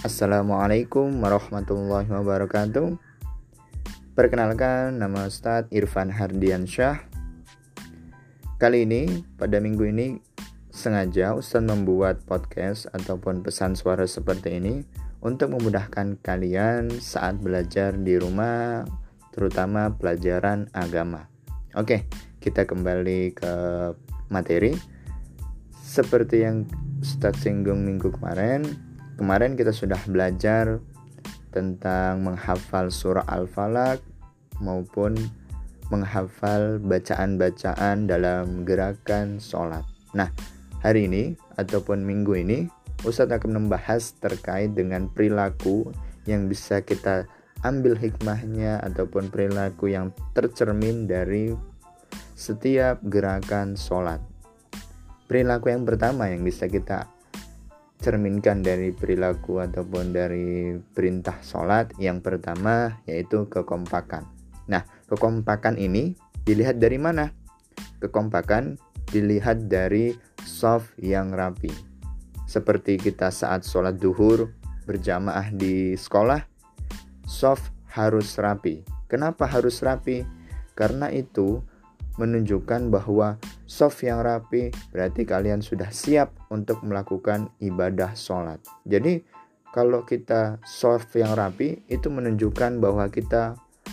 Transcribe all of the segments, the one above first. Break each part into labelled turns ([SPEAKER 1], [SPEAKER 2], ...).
[SPEAKER 1] Assalamualaikum warahmatullahi wabarakatuh. Perkenalkan, nama Ustadz Irfan Hardiansyah. Kali ini, pada minggu ini, sengaja Ustadz membuat podcast ataupun pesan suara seperti ini untuk memudahkan kalian saat belajar di rumah, terutama pelajaran agama. Oke, kita kembali ke materi. Seperti yang Ustadz singgung minggu kemarin kita sudah belajar tentang menghafal surah Al-Falaq maupun menghafal bacaan-bacaan dalam gerakan sholat. Nah, hari ini ataupun minggu ini Ustadz akan membahas terkait dengan perilaku yang bisa kita ambil hikmahnya ataupun perilaku yang tercermin dari setiap gerakan sholat. Perilaku yang pertama yang bisa kita cerminkan dari perilaku ataupun dari perintah sholat yang pertama yaitu kekompakan. Nah, kekompakan ini dilihat dari mana? Kekompakan dilihat dari shaf yang rapi. Seperti kita saat sholat duhur berjamaah di sekolah, shaf harus rapi. Kenapa harus rapi? Karena itu menunjukkan bahwa shaf yang rapi berarti kalian sudah siap untuk melakukan ibadah sholat. Jadi kalau kita shaf yang rapi itu menunjukkan bahwa kita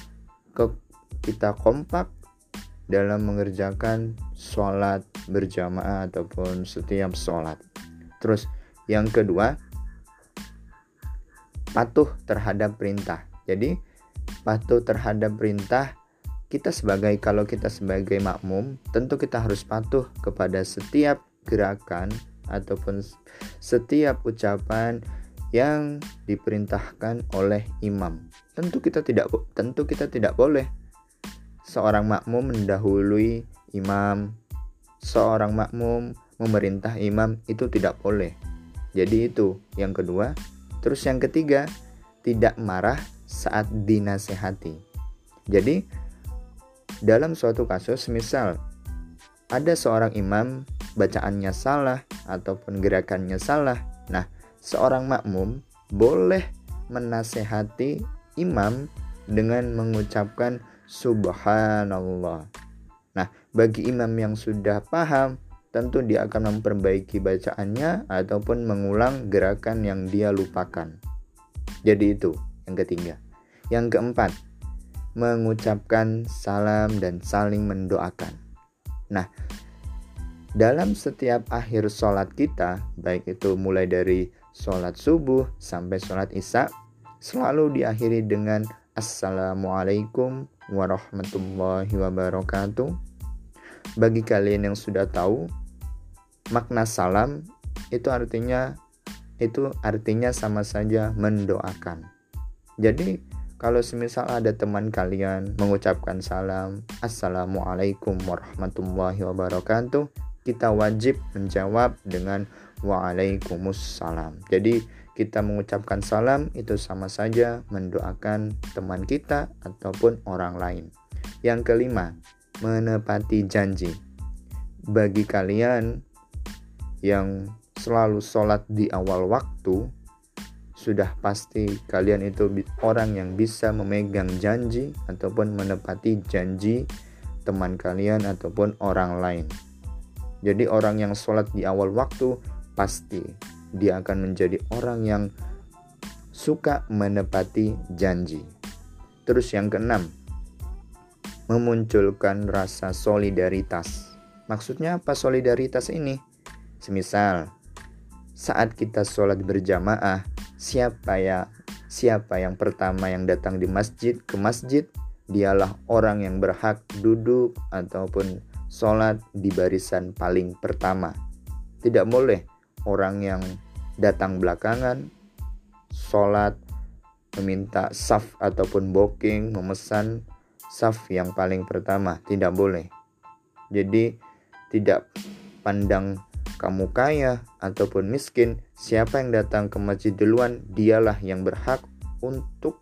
[SPEAKER 1] kompak dalam mengerjakan sholat berjamaah ataupun setiap sholat. Terus yang kedua, patuh terhadap perintah. Jadi patuh terhadap perintah, kalau kita sebagai makmum, tentu kita harus patuh kepada setiap gerakan ataupun setiap ucapan yang diperintahkan oleh imam. Tentu kita tidak boleh seorang makmum mendahului imam, seorang makmum memerintah imam, itu tidak boleh. Jadi itu yang kedua. Terus yang ketiga, tidak marah saat dinasehati. Jadi dalam suatu kasus, misal ada seorang imam bacaannya salah ataupun gerakannya salah, nah seorang makmum boleh menasehati imam dengan mengucapkan subhanallah. Nah, bagi imam yang sudah paham, tentu dia akan memperbaiki bacaannya ataupun mengulang gerakan yang dia lupakan. Jadi itu yang ketiga. Yang keempat, mengucapkan salam dan saling mendoakan. Nah, dalam setiap akhir sholat kita, baik itu mulai dari sholat subuh sampai sholat isya, selalu diakhiri dengan Assalamualaikum warahmatullahi wabarakatuh. Bagi kalian yang sudah tahu, makna salam itu artinya sama saja mendoakan. Jadi kalau semisal ada teman kalian mengucapkan salam Assalamualaikum warahmatullahi wabarakatuh, kita wajib menjawab dengan Waalaikumsalam. Jadi kita mengucapkan salam itu sama saja mendoakan teman kita ataupun orang lain. Yang kelima, menepati janji. Bagi kalian yang selalu sholat di awal waktu, sudah pasti kalian itu orang yang bisa memegang janji ataupun menepati janji teman kalian ataupun orang lain. Jadi orang yang sholat di awal waktu pasti dia akan menjadi orang yang suka menepati janji. Terus yang keenam, memunculkan rasa solidaritas. Maksudnya apa solidaritas ini? Semisal saat kita sholat berjamaah, siapa yang pertama yang datang ke masjid, dialah orang yang berhak duduk ataupun sholat di barisan paling pertama. Tidak boleh orang yang datang belakangan sholat meminta saf ataupun booking, memesan saf yang paling pertama. Tidak boleh. Jadi tidak pandang kamu kaya ataupun miskin, siapa yang datang ke masjid duluan, dialah yang berhak untuk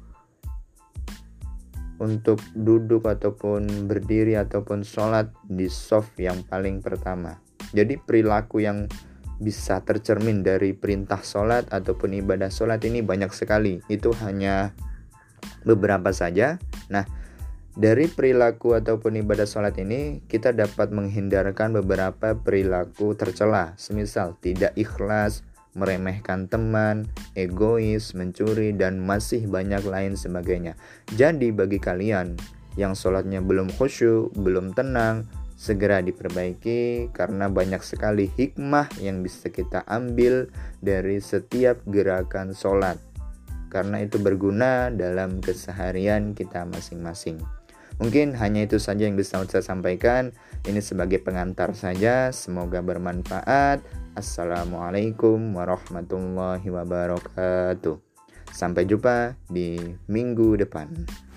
[SPEAKER 1] duduk ataupun berdiri ataupun sholat di shaf yang paling pertama. Jadi perilaku yang bisa tercermin dari perintah sholat ataupun ibadah sholat ini banyak sekali. Itu hanya beberapa saja. Nah, dari perilaku ataupun ibadah sholat ini kita dapat menghindarkan beberapa perilaku tercela, semisal tidak ikhlas, meremehkan teman, egois, mencuri, dan masih banyak lain sebagainya. Jadi bagi kalian yang sholatnya belum khusyuk, belum tenang, segera diperbaiki karena banyak sekali hikmah yang bisa kita ambil dari setiap gerakan sholat. Karena itu berguna dalam keseharian kita masing-masing. Mungkin hanya itu saja yang bisa saya sampaikan. Ini sebagai pengantar saja. Semoga bermanfaat. Assalamualaikum warahmatullahi wabarakatuh. Sampai jumpa di minggu depan.